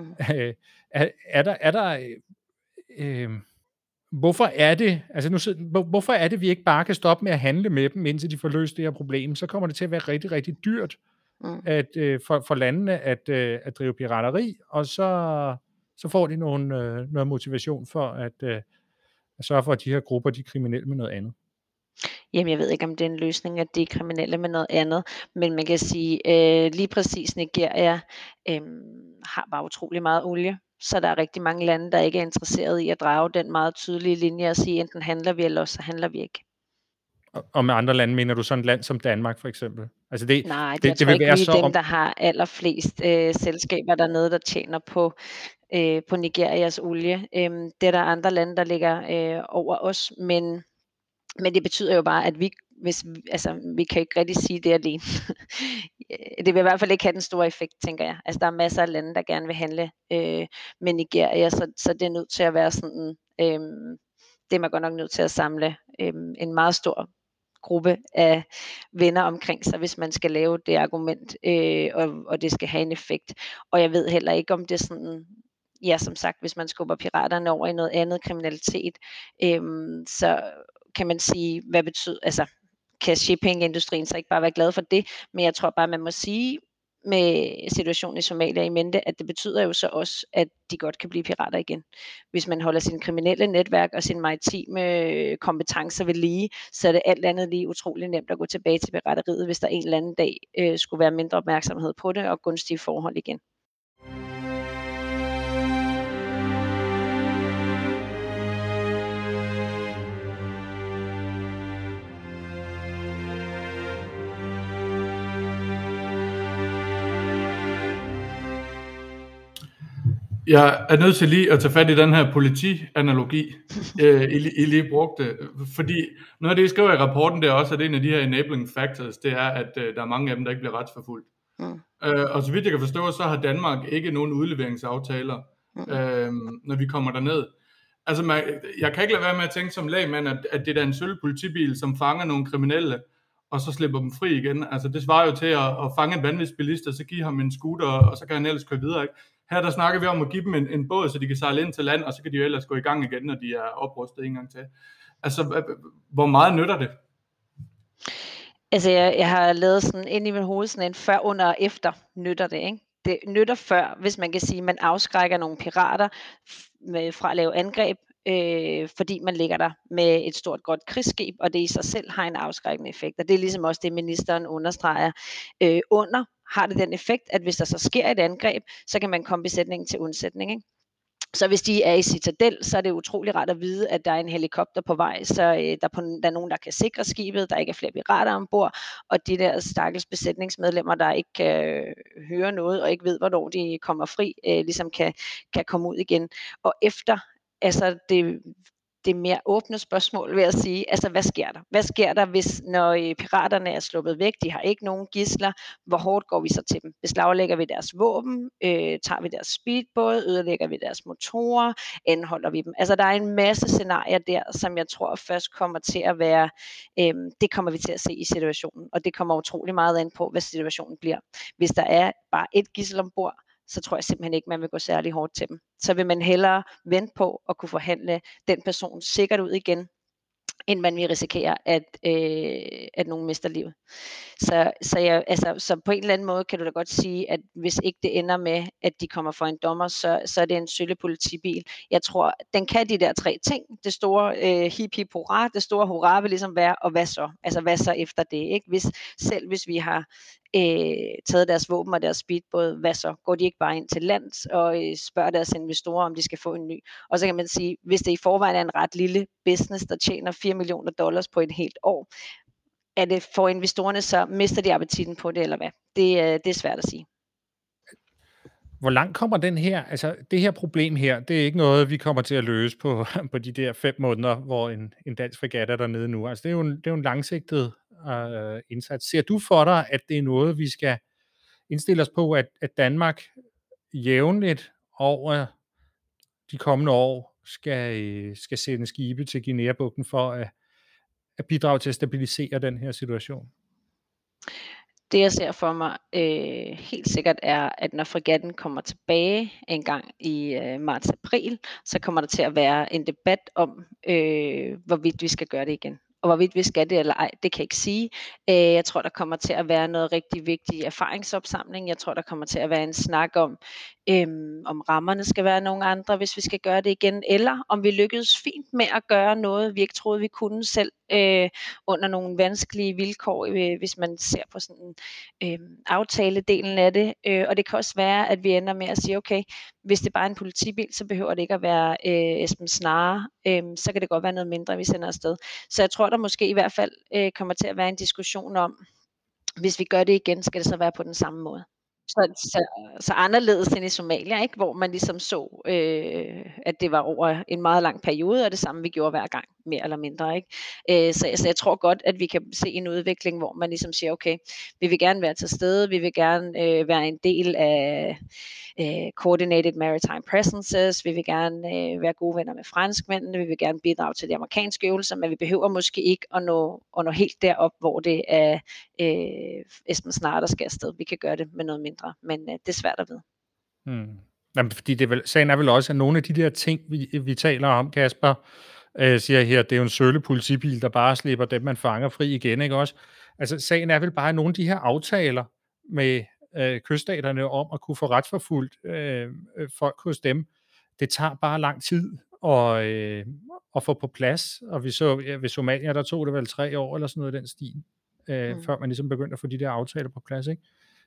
S3: Hvorfor er det, altså hvorfor er det, vi ikke bare kan stoppe med at handle med dem, indtil de får løst det her problem? Så kommer det til at være rigtig, rigtig dyrt for landene at drive pirateri, og så får de noget motivation for at sørge for, at de her grupper, de er kriminelle med noget andet.
S1: Jamen, jeg ved ikke, om det er en løsning, at de er kriminelle med noget andet, men man kan sige, lige præcis Nigeria har bare utrolig meget olie, så der er rigtig mange lande, der ikke er interesseret i at drage den meget tydelige linje og sige, enten handler vi, eller så handler vi ikke.
S3: Og med andre lande, mener du sådan et land som Danmark for eksempel? Altså
S1: Nej, jeg tror ikke, vi er dem, der har allerflest selskaber dernede, der tjener på Nigerias olie. Det er der andre lande, der ligger over os, men det betyder jo bare, at vi kan ikke rigtig sige det alene. Det vil i hvert fald ikke have den store effekt, tænker jeg. Altså, der er masser af lande, der gerne vil handle med Nigeria, så det er nødt til at være sådan, det er man godt nok nødt til at samle en meget stor gruppe af venner omkring sig, hvis man skal lave det argument, og det skal have en effekt. Og jeg ved heller ikke, om det er sådan, ja, som sagt, hvis man skubber piraterne over i noget andet kriminalitet, så kan man sige, hvad betyder, altså kan shippingindustrien så ikke bare være glad for det, men jeg tror bare, man må sige med situationen i Somalia i mente, at det betyder jo så også, at de godt kan blive pirater igen. Hvis man holder sin kriminelle netværk og sin maritime kompetencer ved lige, så er det alt andet lige utrolig nemt at gå tilbage til pirateriet, hvis der en eller anden dag skulle være mindre opmærksomhed på det og gunstige forhold igen.
S2: Jeg er nødt til lige at tage fat i den her politianalogi, I lige brugte, fordi noget af det, I skriver i rapporten, det er også, at en af de her enabling factors, det er, at der er mange af dem, der ikke bliver retsforfulgt. Og så vidt jeg kan forstå, så har Danmark ikke nogen udleveringsaftaler, når vi kommer derned. Altså, jeg kan ikke lade være med at tænke som lægmand, at det er en sølv politibil, som fanger nogle kriminelle, og så slipper dem fri igen. Altså, det svarer jo til at fange en vanvidsbilist, og så give ham en scooter, og så kan han ellers køre videre, ikke? Her der snakker vi om at give dem en båd, så de kan sejle ind til land, og så kan de jo ellers gå i gang igen, når de er oprustet en gang til. Altså, hvor meget nytter det?
S1: Altså, jeg har lavet sådan ind i mit hoved sådan en før, under og efter nytter det, ikke? Det nytter før, hvis man kan sige, at man afskrækker nogle pirater fra at lave angreb, fordi man ligger der med et stort godt krigsskib, og det i sig selv har en afskrækkende effekt. Og det er ligesom også det, ministeren understreger. Har det den effekt, at hvis der så sker et angreb, så kan man komme besætningen til undsætning, ikke? Så hvis de er i Citadel, så er det utrolig rart at vide, at der er en helikopter på vej, så der er nogen, der kan sikre skibet, der ikke er flere pirater ombord, og de der stakkels besætningsmedlemmer, der ikke kan høre noget og ikke ved, hvornår de kommer fri, ligesom kan komme ud igen. Og efter, altså det mere åbne spørgsmål, vil jeg sige, altså hvad sker der? Hvad sker der, hvis når piraterne er sluppet væk, de har ikke nogen gidsler, hvor hårdt går vi så til dem? Beslaglægger vi deres våben? Tager vi deres speedbåd? Ødelægger vi deres motorer? Anholder vi dem? Altså der er en masse scenarier der, som jeg tror først kommer til at være, det kommer vi til at se i situationen, og det kommer utrolig meget an på, hvad situationen bliver. Hvis der er bare et gidsel ombord, så tror jeg simpelthen ikke, man vil gå særlig hårdt til dem. Så vil man hellere vente på at kunne forhandle den person sikkert ud igen, end man vil risikere, at nogen mister livet. Så på en eller anden måde kan du da godt sige, at hvis ikke det ender med, at de kommer for en dommer, så er det en sølle politibil. Jeg tror, den kan de der 3 ting. Det store hip hip hurra, det store hurra vil ligesom være, og hvad så? Altså hvad så efter det? Ikke? Hvis vi har taget deres våben og deres speedbåd, hvad så? Går de ikke bare ind til lands og spørger deres investorer, om de skal få en ny? Og så kan man sige, hvis det i forvejen er en ret lille business, der tjener $4 millioner på et helt år, er det for investorerne, så mister de appetitten på det, eller hvad? Det er svært at sige.
S3: Hvor langt kommer det her problem her, det er ikke noget, vi kommer til at løse på de der 5 måneder, hvor en dansk fregat er dernede nu. Altså, det er jo en langsigtet indsats. Ser du for dig, at det er noget, vi skal indstille os på, at Danmark jævnligt over de kommende år skal sende skibe til Guinea-bugten for at bidrage til at stabilisere den her situation?
S1: Det jeg ser for mig helt sikkert er, at når fregatten kommer tilbage en gang i marts-april, så kommer der til at være en debat om, hvorvidt vi skal gøre det igen. Og hvorvidt vi skal det eller ej, det kan jeg ikke sige. Jeg tror, der kommer til at være noget rigtig vigtig erfaringsopsamling. Jeg tror, der kommer til at være en snak om rammerne skal være nogle andre, hvis vi skal gøre det igen, eller om vi lykkedes fint med at gøre noget, vi ikke troede, vi kunne selv under nogle vanskelige vilkår, hvis man ser på sådan aftaledelen af det. Og det kan også være, at vi ender med at sige, okay, hvis det bare er en politibil, så behøver det ikke at være Esben Snare. Så kan det godt være noget mindre, vi sender afsted. Så jeg tror, der måske i hvert fald kommer til at være en diskussion om, hvis vi gør det igen, skal det så være på den samme måde. Så anderledes end i Somalia, ikke? Hvor man ligesom så, at det var over en meget lang periode, og det samme vi gjorde hver gang, mere eller mindre. Ikke? Så jeg tror godt, at vi kan se en udvikling, hvor man ligesom siger, okay, vi vil gerne være til stede, vi vil gerne være en del af Coordinated Maritime Presences, vi vil gerne være gode venner med franskmændene, vi vil gerne bidrage til de amerikanske øvelser, men vi behøver måske ikke at nå helt derop, hvor det er Esben Snare, der skal afsted. Vi kan gøre det med noget mindre, men det er svært at vide.
S3: Jamen, fordi sagen er vel også, at nogle af de der ting, vi taler om, Kasper, siger her, det er jo en sølle politibil, der bare slipper dem, man fanger fri igen, ikke også? Altså, sagen er vel bare, at nogle af de her aftaler med kyststaterne om at kunne få retsforfulgt folk hos dem, det tager bare lang tid at få på plads, og vi så ved Somalia, der tog det vel 3 år eller sådan noget i den stil, før man ligesom begyndte at få de der aftaler på plads, ikke?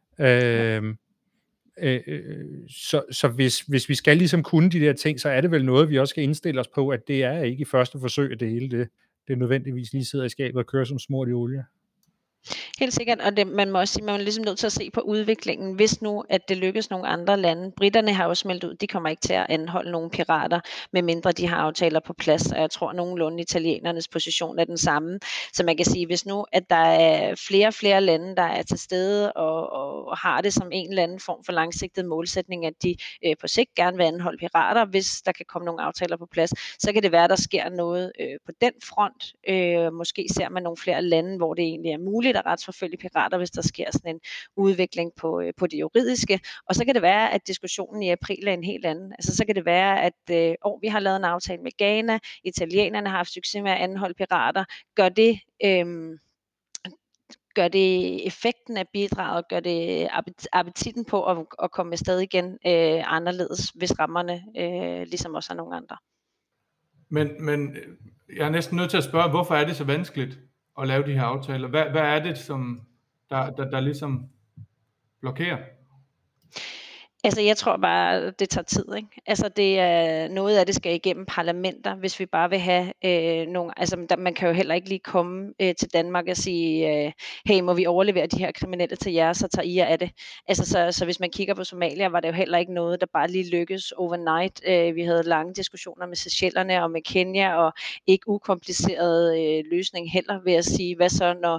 S3: Så hvis vi skal ligesom kunne de der ting, så er det vel noget, vi også skal indstille os på, at det er ikke i første forsøg, at det hele det nødvendigvis lige sidder i skabet og kører som smurt i olie.
S1: Helt sikkert, og man må også sige, man er ligesom nødt til at se på udviklingen, hvis nu, at det lykkes nogle andre lande. Britterne har jo meldt ud, de kommer ikke til at anholde nogle pirater, medmindre de har aftaler på plads, og jeg tror nogenlunde italienernes position er den samme. Så man kan sige, hvis nu, at der er flere lande, der er til stede og har det som en eller anden form for langsigtet målsætning, at de på sigt gerne vil anholde pirater, hvis der kan komme nogle aftaler på plads, så kan det være, at der sker noget på den front. Måske ser man nogle flere lande, hvor det egentlig er muligt at retsforfølge pirater, hvis der sker sådan en udvikling på det juridiske. Og så kan det være, at diskussionen i april er en helt anden. Altså så kan det være, at vi har lavet en aftale med Ghana, italienerne har haft succes med at anholde pirater. Gør det effekten af bidraget, gør det appetitten på at komme afsted igen anderledes, hvis rammerne ligesom også er nogle andre.
S2: Men jeg er næsten nødt til at spørge, hvorfor er det så vanskeligt at lave de her aftaler? Hvad er det, som der ligesom blokerer?
S1: Altså, jeg tror bare, det tager tid, ikke? Altså, det er noget af det skal igennem parlamenter, hvis vi bare vil have nogle. Altså, man kan jo heller ikke lige komme til Danmark og sige, hey, må vi overlevere de her kriminelle til jer, så tager I jer af det. Altså, så hvis man kigger på Somalia, var det jo heller ikke noget, der bare lige lykkedes overnight. Vi havde lange diskussioner med Seychellerne og med Kenya, og ikke ukompliceret løsning heller, vil jeg sige. Hvad så, når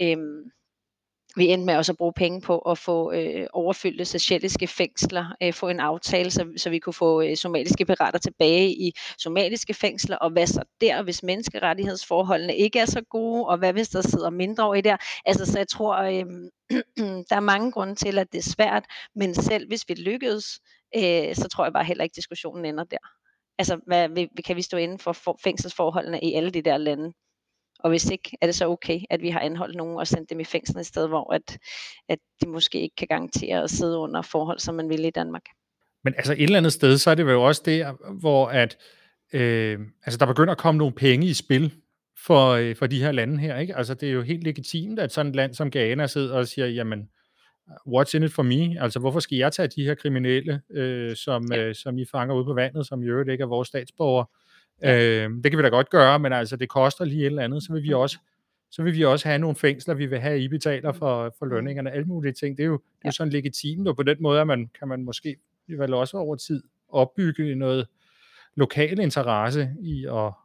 S1: vi endte med også at bruge penge på at få overfyldte seychelliske fængsler, få en aftale, så vi kunne få somaliske pirater tilbage i somaliske fængsler, og hvad så der, hvis menneskerettighedsforholdene ikke er så gode, og hvad hvis der sidder mindreårige der. Altså, så jeg tror, der er mange grunde til, at det er svært, men selv hvis vi lykkedes, så tror jeg bare heller ikke, diskussionen ender der. Altså, kan vi stå inden for fængselsforholdene i alle de der lande? Og hvis ikke, er det så okay, at vi har anholdt nogen og sendt dem i fængsel et sted, hvor at de måske ikke kan garantere at sidde under forhold, som man vil i Danmark.
S3: Men altså et eller andet sted, så er det jo også der, hvor at, altså der begynder at komme nogle penge i spil for de her lande her, ikke? Altså det er jo helt legitimt, at sådan et land som Ghana sidder og siger, jamen, what's in it for me? Altså hvorfor skal jeg tage de her kriminelle, som I fanger ude på vandet, som i øvrigt ikke er vores statsborgere? Det kan vi da godt gøre, men altså det koster lige et eller andet, så vil vi også have nogle fængsler, vi vil have, I betaler for lønningerne, alle mulige ting. Det er jo sådan legitimt, og på den måde kan man måske vel også over tid opbygge noget lokal interesse i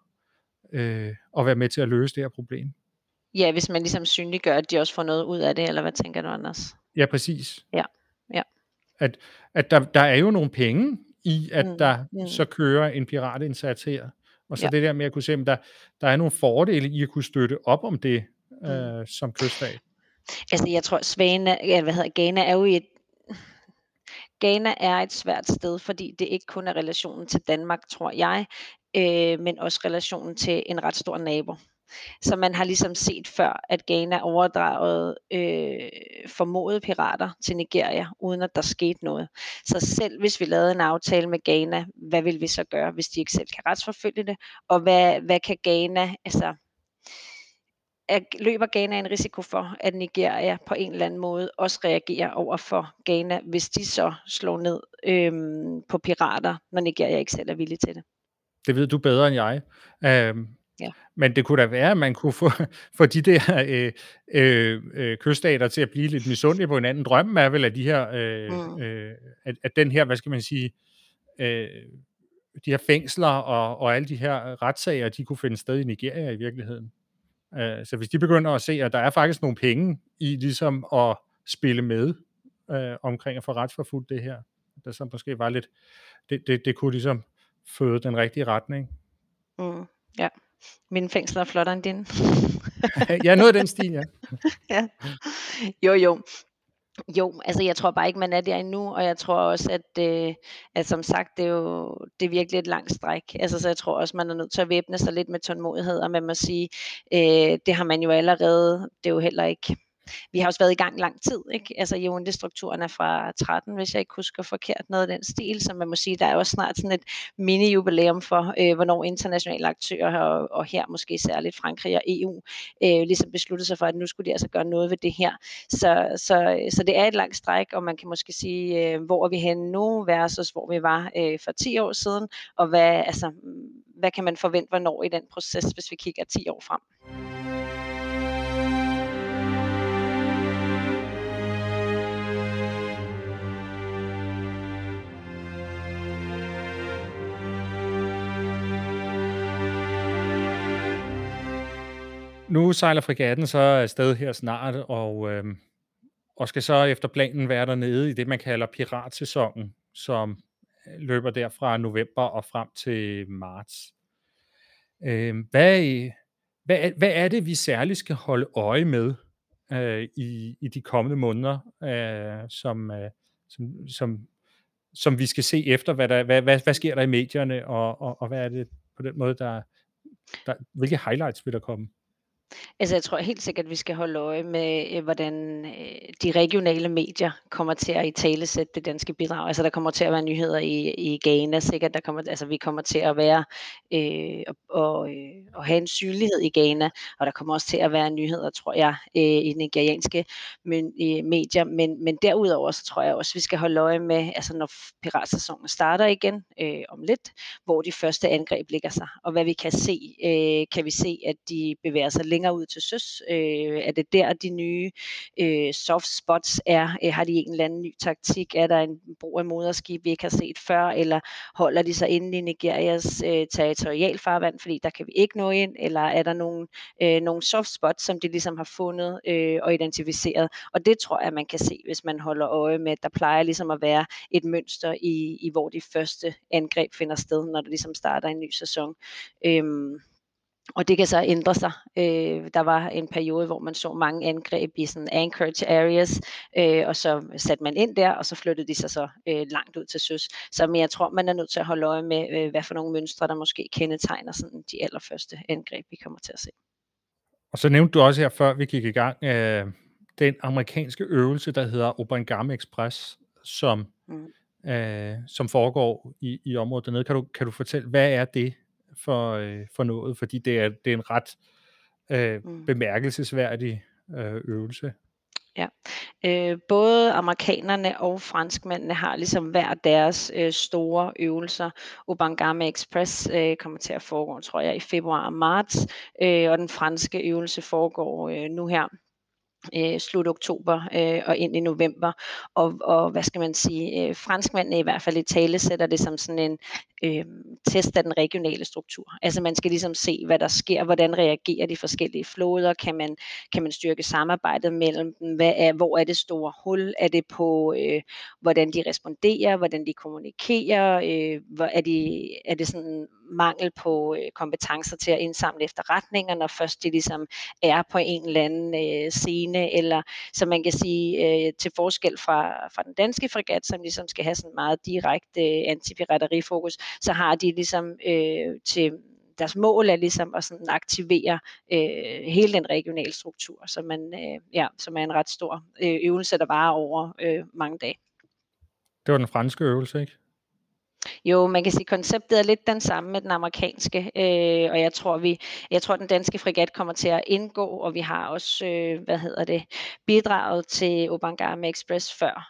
S3: at være med til at løse det her problem.
S1: Ja, hvis man ligesom synliggør, at de også får noget ud af det, eller hvad tænker du, Anders?
S3: Ja, præcis.
S1: Ja.
S3: At der er jo nogle penge i, at der så kører en piratindsats her, og så det der med at kunne se, at der er nogle fordele i at kunne støtte op om det som kyststat.
S1: Altså jeg tror, Ghana er jo Ghana er et svært sted, fordi det ikke kun er relationen til Danmark, tror jeg, men også relationen til en ret stor nabo. Så man har ligesom set før, at Ghana overdragede formodede pirater til Nigeria, uden at der skete noget. Så selv hvis vi lavede en aftale med Ghana, hvad vil vi så gøre, hvis de ikke selv kan retsforfølge det? Og hvad kan Ghana, altså løber Ghana en risiko for, at Nigeria på en eller anden måde også reagerer over for Ghana, hvis de så slår ned på pirater, når Nigeria ikke selv er villig til det?
S3: Det ved du bedre end jeg. Men det kunne da være, at man kunne få de der kyststater til at blive lidt misundelige på hinanden. Drømmen er vel, at de her, at den her, hvad skal man sige, de her fængsler og alle de her retssager, de kunne finde sted i Nigeria i virkeligheden. Så hvis de begynder at se, at der er faktisk nogle penge i ligesom at spille med omkring at få retsforfulgt det her, der så måske var lidt, det kunne ligesom føde den rigtige retning.
S1: Ja. Mine fængsler er flottere end dine.
S3: Ja, noget af den stil, ja.
S1: Ja. Jo, altså jeg tror bare ikke, man er der endnu, og jeg tror også, at som sagt, det er virkelig et langt stræk. Altså, så jeg tror også, man er nødt til at væbne sig lidt med tålmodighed, og man må sige, det har man jo allerede, det er jo heller ikke. Vi har også været i gang lang tid, ikke? Altså Yaoundé-strukturen er fra 13, hvis jeg ikke husker forkert, noget af den stil, som man må sige, der er også snart sådan et mini-jubilæum for, hvornår internationale aktører, og her måske særligt Frankrig og EU, ligesom besluttede sig for, at nu skulle de altså gøre noget ved det her. Så det er et langt stræk, og man kan måske sige, hvor er vi henne nu, versus hvor vi var for 10 år siden, og hvad kan man forvente, hvornår i den proces, hvis vi kigger 10 år frem.
S3: Nu sejler fregatten så afsted her snart, og skal så efter planen være dernede i det, man kalder piratsæsonen, som løber der fra november og frem til marts. Hvad er det, vi særligt skal holde øje med i de kommende måneder, som vi skal se efter, hvad sker der i medierne, og hvad er det på den måde, hvilke highlights vil der komme?
S1: Altså, jeg tror helt sikkert, at vi skal holde øje med, hvordan de regionale medier kommer til at italesætte det danske bidrag. Altså, der kommer til at være nyheder i Ghana, sikkert. Vi kommer til at være og have en synlighed i Ghana, og der kommer også til at være nyheder, tror jeg, i nigerianske medier. Men derudover, så tror jeg også, vi skal holde øje med, altså når piratsæsonen starter igen om lidt, hvor de første angreb ligger sig, og hvad vi kan se. Kan vi se, at de bevæger sig længere ud til søs? Er det der, de nye soft spots er? Har de en eller anden ny taktik? Er der en brug af moderskib, vi ikke har set før? Eller holder de sig inde i Nigerias territorialfarvand, fordi der kan vi ikke nå ind? Eller er der nogle soft spots, som de ligesom har fundet og identificeret? Og det tror jeg, man kan se, hvis man holder øje med, at der plejer ligesom at være et mønster i hvor de første angreb finder sted, når det ligesom starter en ny sæson. Og det kan så ændre sig. Der var en periode, hvor man så mange angreb i sådan anchorage areas, og så satte man ind der, og så flyttede de sig så langt ud til søs. Så men jeg tror, man er nødt til at holde øje med, hvad for nogle mønstre, der måske kendetegner sådan de allerførste angreb, vi kommer til at se.
S3: Og så nævnte du også her, før vi gik i gang, den amerikanske øvelse, der hedder Obangame Express, som foregår i området dernede. Kan du fortælle, hvad er det for noget? Fordi det er en ret bemærkelsesværdig øvelse.
S1: Ja, både amerikanerne og franskmændene har ligesom hver deres store øvelser. Obangame Express kommer til at foregå, tror jeg, i februar og marts, og den franske øvelse foregår nu her slut oktober og ind i november. Og hvad skal man sige, franskmændene i hvert fald i tale sætter det som sådan en test af den regionale struktur. Altså man skal ligesom se, hvad der sker, hvordan reagerer de forskellige floder, kan man styrke samarbejdet mellem dem, hvor er det store hul, er det på, hvordan de responderer, hvordan de kommunikerer, er det sådan mangel på kompetencer til at indsamle efterretninger, når først de ligesom er på en eller anden scene, eller så man kan sige til forskel fra den danske fregat, som ligesom skal have sådan meget direkte antipiraterifokus, så har de ligesom til deres mål er ligesom at sådan aktivere hele den regionale struktur, som er en ret stor øvelse, der varer over mange dage.
S3: Det var den franske øvelse, ikke?
S1: Jo, man kan sige, at konceptet er lidt den samme med den amerikanske, og jeg tror, den danske fregat kommer til at indgå, og vi har også, bidraget til Obangame Express før.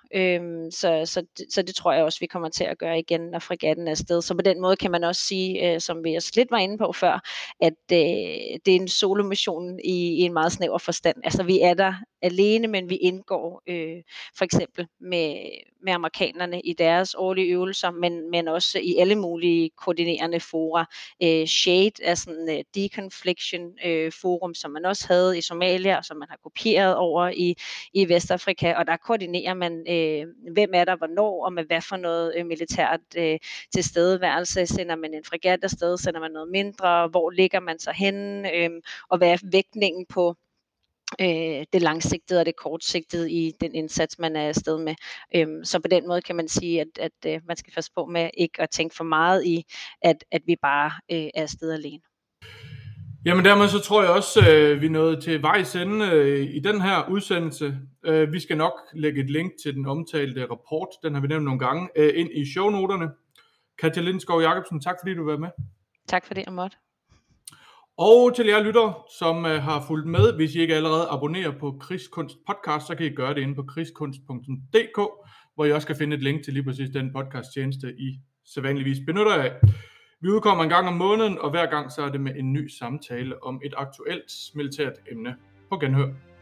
S1: Så det tror jeg også, vi kommer til at gøre igen, når fregatten er afsted. Så på den måde kan man også sige, som vi også lidt var inde på før, at det er en solomission i en meget snæver forstand. Altså vi er der alene, men vi indgår for eksempel med amerikanerne i deres årlige øvelser, men også i alle mulige koordinerende fora. SHADE er sådan deconfliction forum, som man også havde i Somalia, og som man har kopieret over i Vestafrika, og der koordinerer man, hvem er der, hvornår, og med hvad for noget militært tilstedeværelse. Sender man en fregat afsted, sender man noget mindre, hvor ligger man sig henne, og hvad er vægtningen på det langsigtede og det kortsigtede i den indsats, man er afsted med. Så på den måde kan man sige, at man skal passe på med ikke at tænke for meget i, at vi bare er afsted alene.
S2: Jamen dermed så tror jeg også, vi er nået til vejs ende i den her udsendelse. Vi skal nok lægge et link til den omtalte rapport, den har vi nævnt nogle gange, ind i shownoterne. Katja Lindskov Jacobsen, tak fordi du var med.
S1: Tak for det, jeg måtte.
S2: Og til jer lyttere, som har fulgt med, hvis I ikke allerede abonnerer på Krigskunst podcast, så kan I gøre det inde på krigskunst.dk, hvor I også kan finde et link til lige præcis den podcasttjeneste, I sædvanligvis benytter af. Vi udkommer en gang om måneden, og hver gang så er det med en ny samtale om et aktuelt militært emne. På genhør.